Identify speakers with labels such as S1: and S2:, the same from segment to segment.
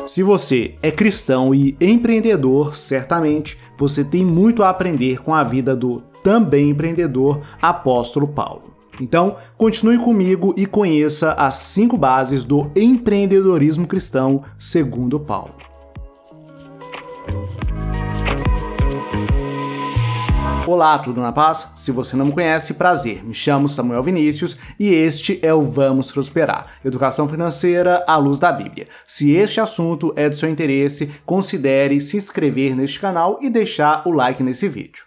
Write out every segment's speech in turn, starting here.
S1: Se você é cristão e empreendedor, certamente você tem muito a aprender com a vida do também empreendedor apóstolo Paulo. Então, continue comigo e conheça as 5 bases do empreendedorismo cristão segundo Paulo. Olá, tudo na paz? Se você não me conhece, prazer. Me chamo Samuel Vinícius e este é o Vamos Prosperar, educação financeira à luz da Bíblia. Se este assunto é do seu interesse, considere se inscrever neste canal e deixar o like nesse vídeo.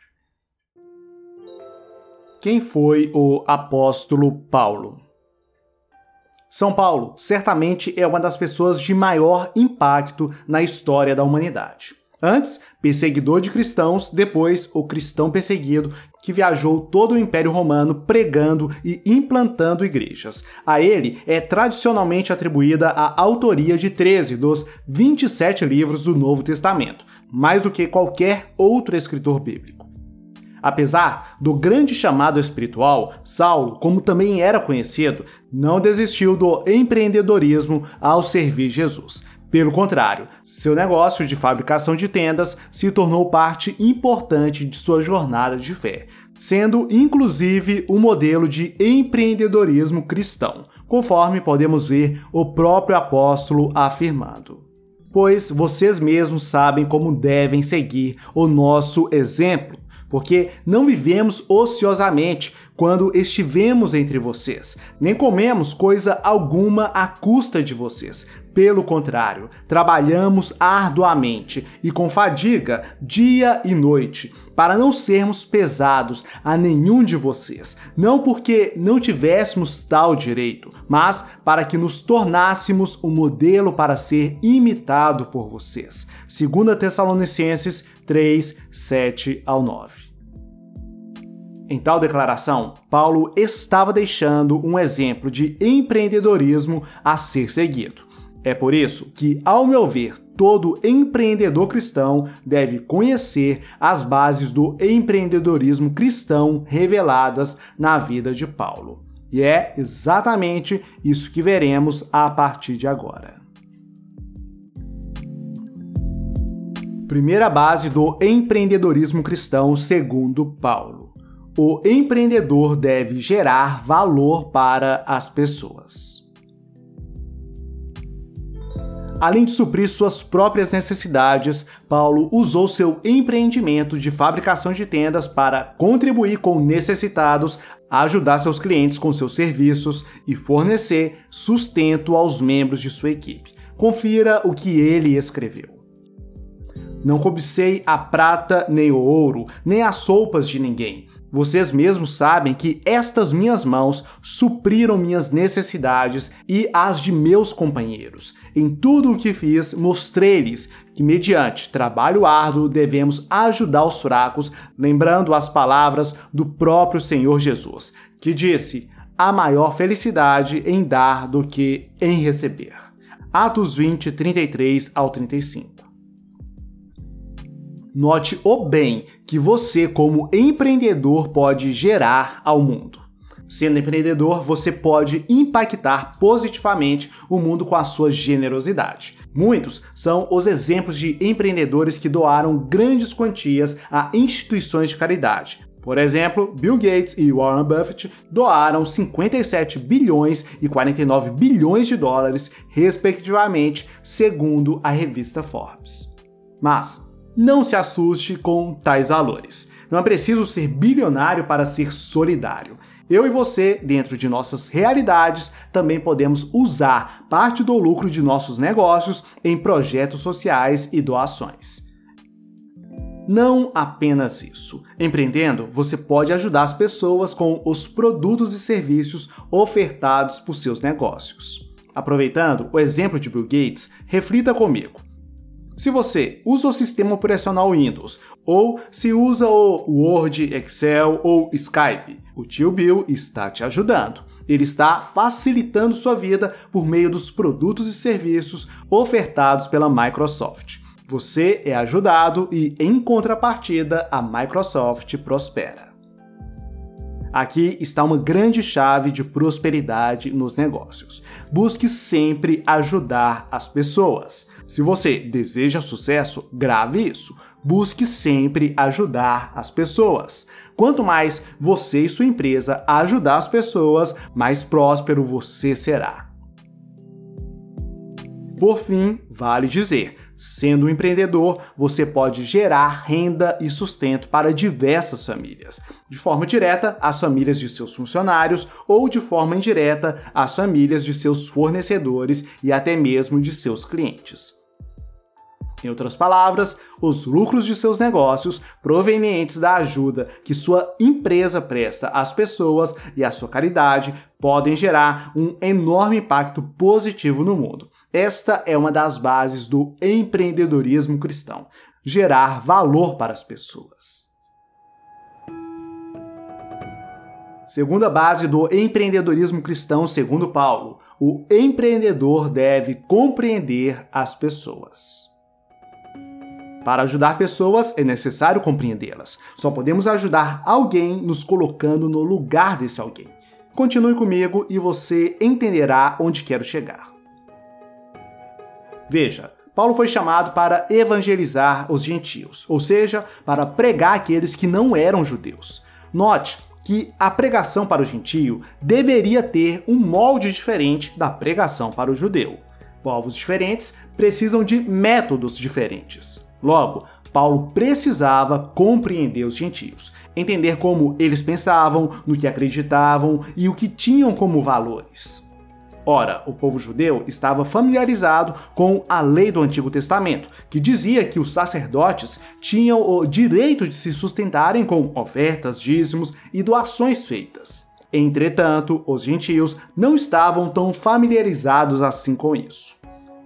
S1: Quem foi o apóstolo Paulo? São Paulo certamente é uma das pessoas de maior impacto na história da humanidade. Antes, perseguidor de cristãos, depois o cristão perseguido que viajou todo o Império Romano pregando e implantando igrejas. A ele é tradicionalmente atribuída a autoria de 13 dos 27 livros do Novo Testamento, mais do que qualquer outro escritor bíblico. Apesar do grande chamado espiritual, Saulo, como também era conhecido, não desistiu do empreendedorismo ao servir Jesus. Pelo contrário, seu negócio de fabricação de tendas se tornou parte importante de sua jornada de fé, sendo inclusive o modelo de empreendedorismo cristão, conforme podemos ver o próprio apóstolo afirmando. Pois vocês mesmos sabem como devem seguir o nosso exemplo, porque não vivemos ociosamente quando estivemos entre vocês, nem comemos coisa alguma à custa de vocês. Pelo contrário, trabalhamos arduamente e com fadiga dia e noite, para não sermos pesados a nenhum de vocês, não porque não tivéssemos tal direito, mas para que nos tornássemos um modelo para ser imitado por vocês. 2 Tessalonicenses 3, 7 ao 9. Em tal declaração, Paulo estava deixando um exemplo de empreendedorismo a ser seguido. É por isso que, ao meu ver, todo empreendedor cristão deve conhecer as bases do empreendedorismo cristão reveladas na vida de Paulo. E é exatamente isso que veremos a partir de agora. Primeira base do empreendedorismo cristão segundo Paulo. O empreendedor deve gerar valor para as pessoas. Além de suprir suas próprias necessidades, Paulo usou seu empreendimento de fabricação de tendas para contribuir com necessitados, ajudar seus clientes com seus serviços e fornecer sustento aos membros de sua equipe. Confira o que ele escreveu. Não cobicei a prata, nem o ouro, nem as roupas de ninguém. Vocês mesmos sabem que estas minhas mãos supriram minhas necessidades e as de meus companheiros. Em tudo o que fiz, mostrei-lhes que, mediante trabalho árduo, devemos ajudar os fracos, lembrando as palavras do próprio Senhor Jesus, que disse: há maior felicidade em dar do que em receber. Atos 20, 33 ao 35. Note o bem que você, como empreendedor, pode gerar ao mundo. Sendo empreendedor, você pode impactar positivamente o mundo com a sua generosidade. Muitos são os exemplos de empreendedores que doaram grandes quantias a instituições de caridade. Por exemplo, Bill Gates e Warren Buffett doaram 57 bilhões e 49 bilhões de dólares, respectivamente, segundo a revista Forbes. Mas não se assuste com tais valores. Não é preciso ser bilionário para ser solidário. Eu e você, dentro de nossas realidades, também podemos usar parte do lucro de nossos negócios em projetos sociais e doações. Não apenas isso. Empreendendo, você pode ajudar as pessoas com os produtos e serviços ofertados por seus negócios. Aproveitando o exemplo de Bill Gates, reflita comigo. Se você usa o sistema operacional Windows, ou se usa o Word, Excel ou Skype, o tio Bill está te ajudando. Ele está facilitando sua vida por meio dos produtos e serviços ofertados pela Microsoft. Você é ajudado e, em contrapartida, a Microsoft prospera. Aqui está uma grande chave de prosperidade nos negócios. Busque sempre ajudar as pessoas. Se você deseja sucesso, grave isso. Busque sempre ajudar as pessoas. Quanto mais você e sua empresa ajudar as pessoas, mais próspero você será. Por fim, vale dizer, sendo um empreendedor, você pode gerar renda e sustento para diversas famílias. De forma direta, as famílias de seus funcionários ou de forma indireta, as famílias de seus fornecedores e até mesmo de seus clientes. Em outras palavras, os lucros de seus negócios, provenientes da ajuda que sua empresa presta às pessoas e à sua caridade, podem gerar um enorme impacto positivo no mundo. Esta é uma das bases do empreendedorismo cristão: gerar valor para as pessoas. Segunda base do empreendedorismo cristão, segundo Paulo, o empreendedor deve compreender as pessoas. Para ajudar pessoas, é necessário compreendê-las. Só podemos ajudar alguém nos colocando no lugar desse alguém. Continue comigo e você entenderá onde quero chegar. Veja, Paulo foi chamado para evangelizar os gentios, ou seja, para pregar aqueles que não eram judeus. Note que a pregação para o gentio deveria ter um molde diferente da pregação para o judeu. Povos diferentes precisam de métodos diferentes. Logo, Paulo precisava compreender os gentios, entender como eles pensavam, no que acreditavam e o que tinham como valores. Ora, o povo judeu estava familiarizado com a lei do Antigo Testamento, que dizia que os sacerdotes tinham o direito de se sustentarem com ofertas, dízimos e doações feitas. Entretanto, os gentios não estavam tão familiarizados assim com isso.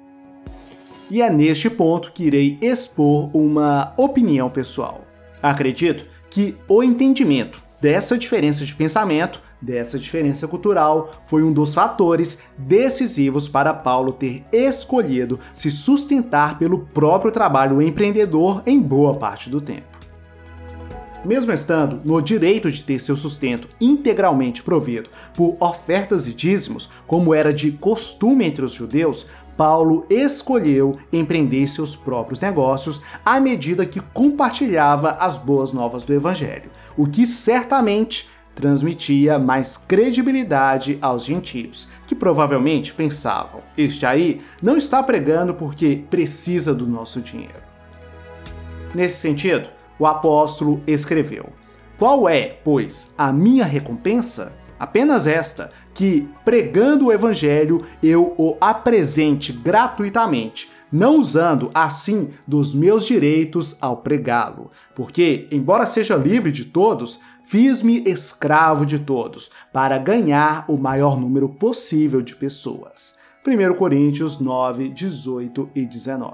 S1: E é neste ponto que irei expor uma opinião pessoal. Acredito que o entendimento dessa diferença de pensamento, dessa diferença cultural, foi um dos fatores decisivos para Paulo ter escolhido se sustentar pelo próprio trabalho empreendedor em boa parte do tempo. Mesmo estando no direito de ter seu sustento integralmente provido por ofertas e dízimos, como era de costume entre os judeus, Paulo escolheu empreender seus próprios negócios à medida que compartilhava as boas novas do Evangelho, o que certamente transmitia mais credibilidade aos gentios, que provavelmente pensavam: este aí não está pregando porque precisa do nosso dinheiro. Nesse sentido, o apóstolo escreveu: qual é, pois, a minha recompensa? Apenas esta, que, pregando o Evangelho, eu o apresente gratuitamente, não usando, assim, dos meus direitos ao pregá-lo. Porque, embora seja livre de todos, fiz-me escravo de todos, para ganhar o maior número possível de pessoas. 1 Coríntios 9, 18 e 19.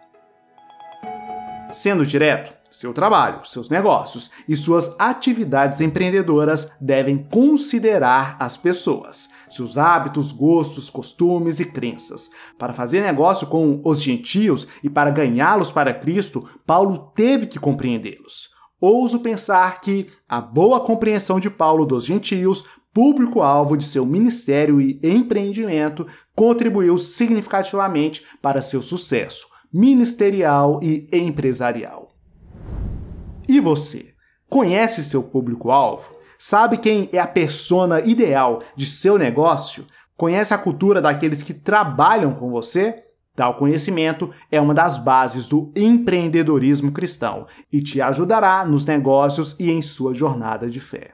S1: Sendo direto, seu trabalho, seus negócios e suas atividades empreendedoras devem considerar as pessoas, seus hábitos, gostos, costumes e crenças. Para fazer negócio com os gentios e para ganhá-los para Cristo, Paulo teve que compreendê-los. Ouso pensar que a boa compreensão de Paulo dos gentios, público-alvo de seu ministério e empreendimento, contribuiu significativamente para seu sucesso ministerial e empresarial. E você? Conhece seu público-alvo? Sabe quem é a persona ideal de seu negócio? Conhece a cultura daqueles que trabalham com você? Tal conhecimento é uma das bases do empreendedorismo cristão e te ajudará nos negócios e em sua jornada de fé.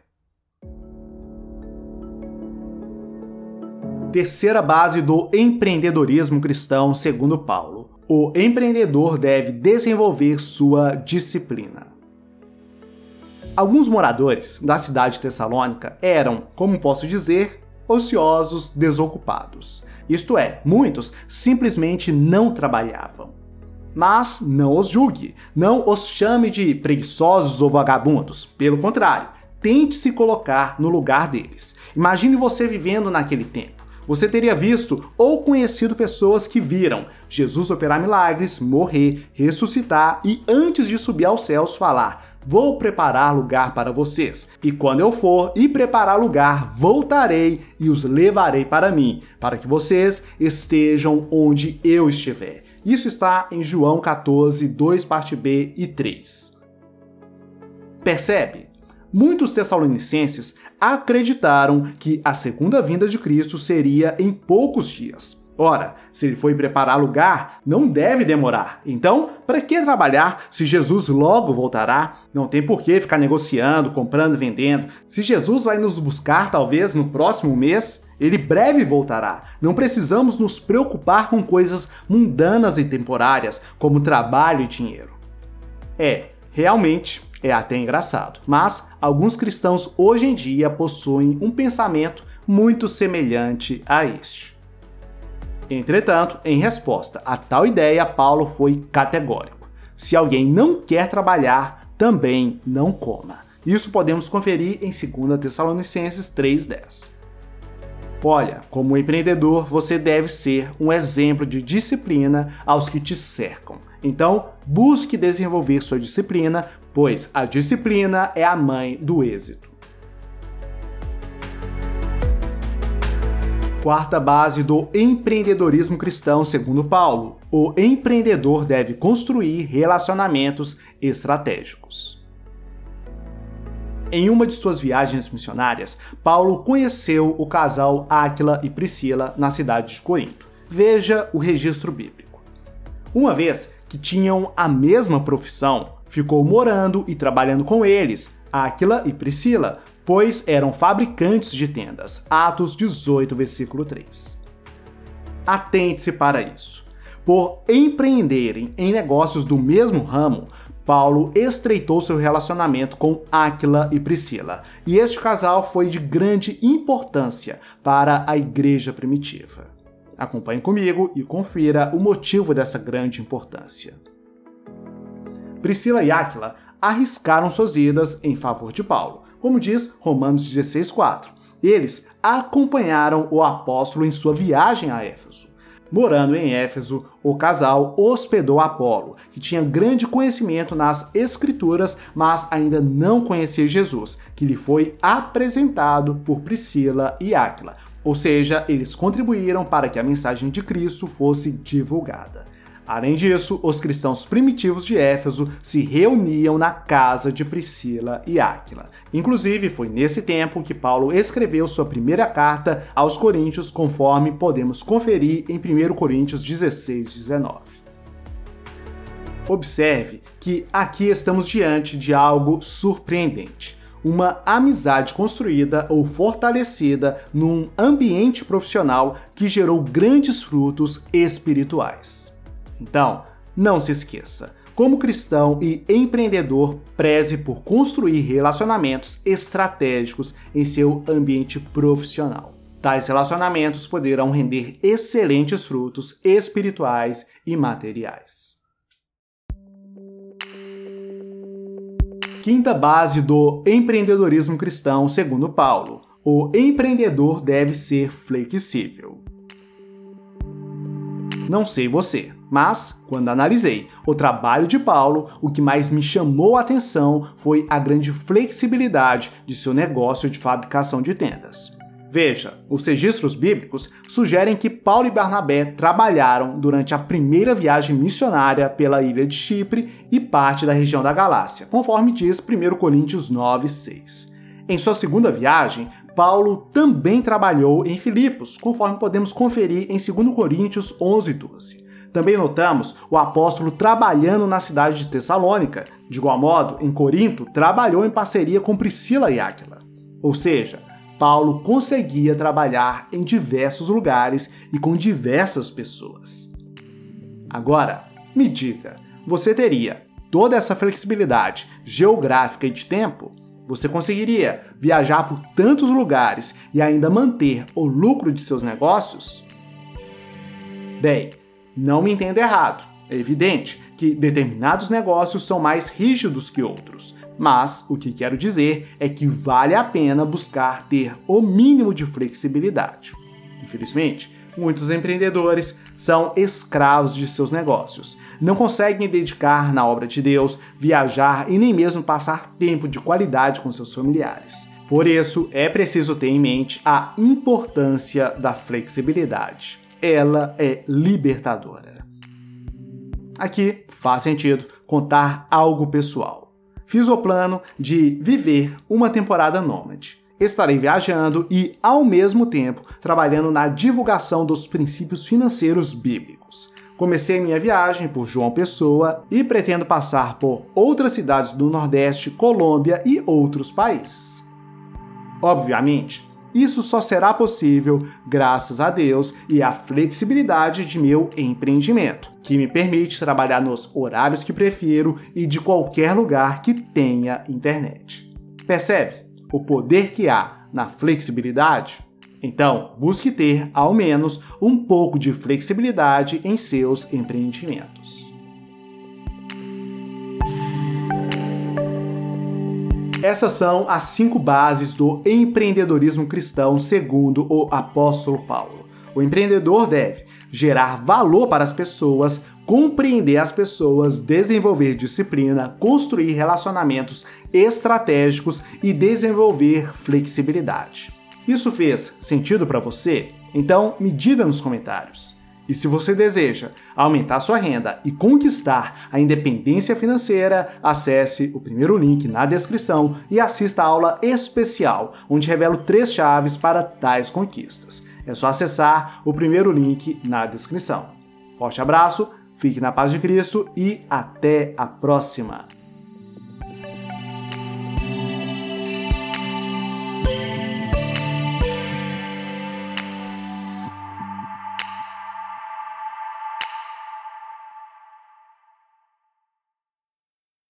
S1: Terceira base do empreendedorismo cristão, segundo Paulo: o empreendedor deve desenvolver sua disciplina. Alguns moradores da cidade de Tessalônica eram, como posso dizer, ociosos, desocupados. Isto é, muitos simplesmente não trabalhavam. Mas não os julgue, não os chame de preguiçosos ou vagabundos. Pelo contrário, tente se colocar no lugar deles. Imagine você vivendo naquele tempo. Você teria visto ou conhecido pessoas que viram Jesus operar milagres, morrer, ressuscitar e, antes de subir aos céus, falar: Vou preparar lugar para vocês, e quando eu for e preparar lugar, voltarei e os levarei para mim, para que vocês estejam onde eu estiver. Isso está em João 14, 2, parte B e 3. Percebe? Muitos tessalonicenses acreditaram que a segunda vinda de Cristo seria em poucos dias. Ora, se ele foi preparar lugar, não deve demorar. Então, para que trabalhar se Jesus logo voltará? Não tem por que ficar negociando, comprando e vendendo. Se Jesus vai nos buscar, talvez, no próximo mês, ele breve voltará. Não precisamos nos preocupar com coisas mundanas e temporárias, como trabalho e dinheiro. Realmente é até engraçado. Mas alguns cristãos hoje em dia possuem um pensamento muito semelhante a este. Entretanto, em resposta a tal ideia, Paulo foi categórico. Se alguém não quer trabalhar, também não coma. Isso podemos conferir em 2 Tessalonicenses 3,10. Olha, como empreendedor, você deve ser um exemplo de disciplina aos que te cercam. Então, busque desenvolver sua disciplina, pois a disciplina é a mãe do êxito. Quarta base do empreendedorismo cristão, segundo Paulo: o empreendedor deve construir relacionamentos estratégicos. Em uma de suas viagens missionárias, Paulo conheceu o casal Áquila e Priscila na cidade de Corinto. Veja o registro bíblico. Uma vez que tinham a mesma profissão, ficou morando e trabalhando com eles, Áquila e Priscila, pois eram fabricantes de tendas. Atos 18, versículo 3. Atente-se para isso. Por empreenderem em negócios do mesmo ramo, Paulo estreitou seu relacionamento com Áquila e Priscila, e este casal foi de grande importância para a igreja primitiva. Acompanhe comigo e confira o motivo dessa grande importância. Priscila e Áquila arriscaram suas vidas em favor de Paulo, como diz Romanos 16,4. Eles acompanharam o apóstolo em sua viagem a Éfeso. Morando em Éfeso, o casal hospedou Apolo, que tinha grande conhecimento nas Escrituras, mas ainda não conhecia Jesus, que lhe foi apresentado por Priscila e Áquila. Ou seja, eles contribuíram para que a mensagem de Cristo fosse divulgada. Além disso, os cristãos primitivos de Éfeso se reuniam na casa de Priscila e Áquila. Inclusive, foi nesse tempo que Paulo escreveu sua primeira carta aos Coríntios, conforme podemos conferir em 1 Coríntios 16, 19. Observe que aqui estamos diante de algo surpreendente. Uma amizade construída ou fortalecida num ambiente profissional que gerou grandes frutos espirituais. Então, não se esqueça, como cristão e empreendedor, preze por construir relacionamentos estratégicos em seu ambiente profissional. Tais relacionamentos poderão render excelentes frutos espirituais e materiais. Quinta base do empreendedorismo cristão, segundo Paulo: o empreendedor deve ser flexível. Não sei você, mas, quando analisei o trabalho de Paulo, o que mais me chamou a atenção foi a grande flexibilidade de seu negócio de fabricação de tendas. Veja, os registros bíblicos sugerem que Paulo e Barnabé trabalharam durante a primeira viagem missionária pela ilha de Chipre e parte da região da Galácia, conforme diz 1 Coríntios 9, 6. Em sua segunda viagem, Paulo também trabalhou em Filipos, conforme podemos conferir em 2 Coríntios 11, 12. Também notamos o apóstolo trabalhando na cidade de Tessalônica. De igual modo, em Corinto, trabalhou em parceria com Priscila e Áquila. Ou seja, Paulo conseguia trabalhar em diversos lugares e com diversas pessoas. Agora, me diga, você teria toda essa flexibilidade geográfica e de tempo? Você conseguiria viajar por tantos lugares e ainda manter o lucro de seus negócios? Bem, não me entenda errado. É evidente que determinados negócios são mais rígidos que outros, mas o que quero dizer é que vale a pena buscar ter o mínimo de flexibilidade. Infelizmente, Muitos empreendedores são escravos de seus negócios. Não conseguem dedicar na obra de Deus, viajar e nem mesmo passar tempo de qualidade com seus familiares. Por isso, é preciso ter em mente a importância da flexibilidade. Ela é libertadora. Aqui faz sentido contar algo pessoal. Fiz o plano de viver uma temporada nômade. Estarei viajando e, ao mesmo tempo, trabalhando na divulgação dos princípios financeiros bíblicos. Comecei minha viagem por João Pessoa e pretendo passar por outras cidades do Nordeste, Colômbia e outros países. Obviamente, isso só será possível graças a Deus e à flexibilidade de meu empreendimento, que me permite trabalhar nos horários que prefiro e de qualquer lugar que tenha internet. Percebe o poder que há na flexibilidade? Então, busque ter, ao menos, um pouco de flexibilidade em seus empreendimentos. Essas são as 5 bases do empreendedorismo cristão segundo o apóstolo Paulo. O empreendedor deve gerar valor para as pessoas, compreender as pessoas, desenvolver disciplina, construir relacionamentos estratégicos e desenvolver flexibilidade. Isso fez sentido para você? Então me diga nos comentários. E se você deseja aumentar sua renda e conquistar a independência financeira, acesse o primeiro link na descrição e assista a aula especial, onde revelo 3 chaves para tais conquistas. É só acessar o primeiro link na descrição. Forte abraço, fique na paz de Cristo e até a próxima!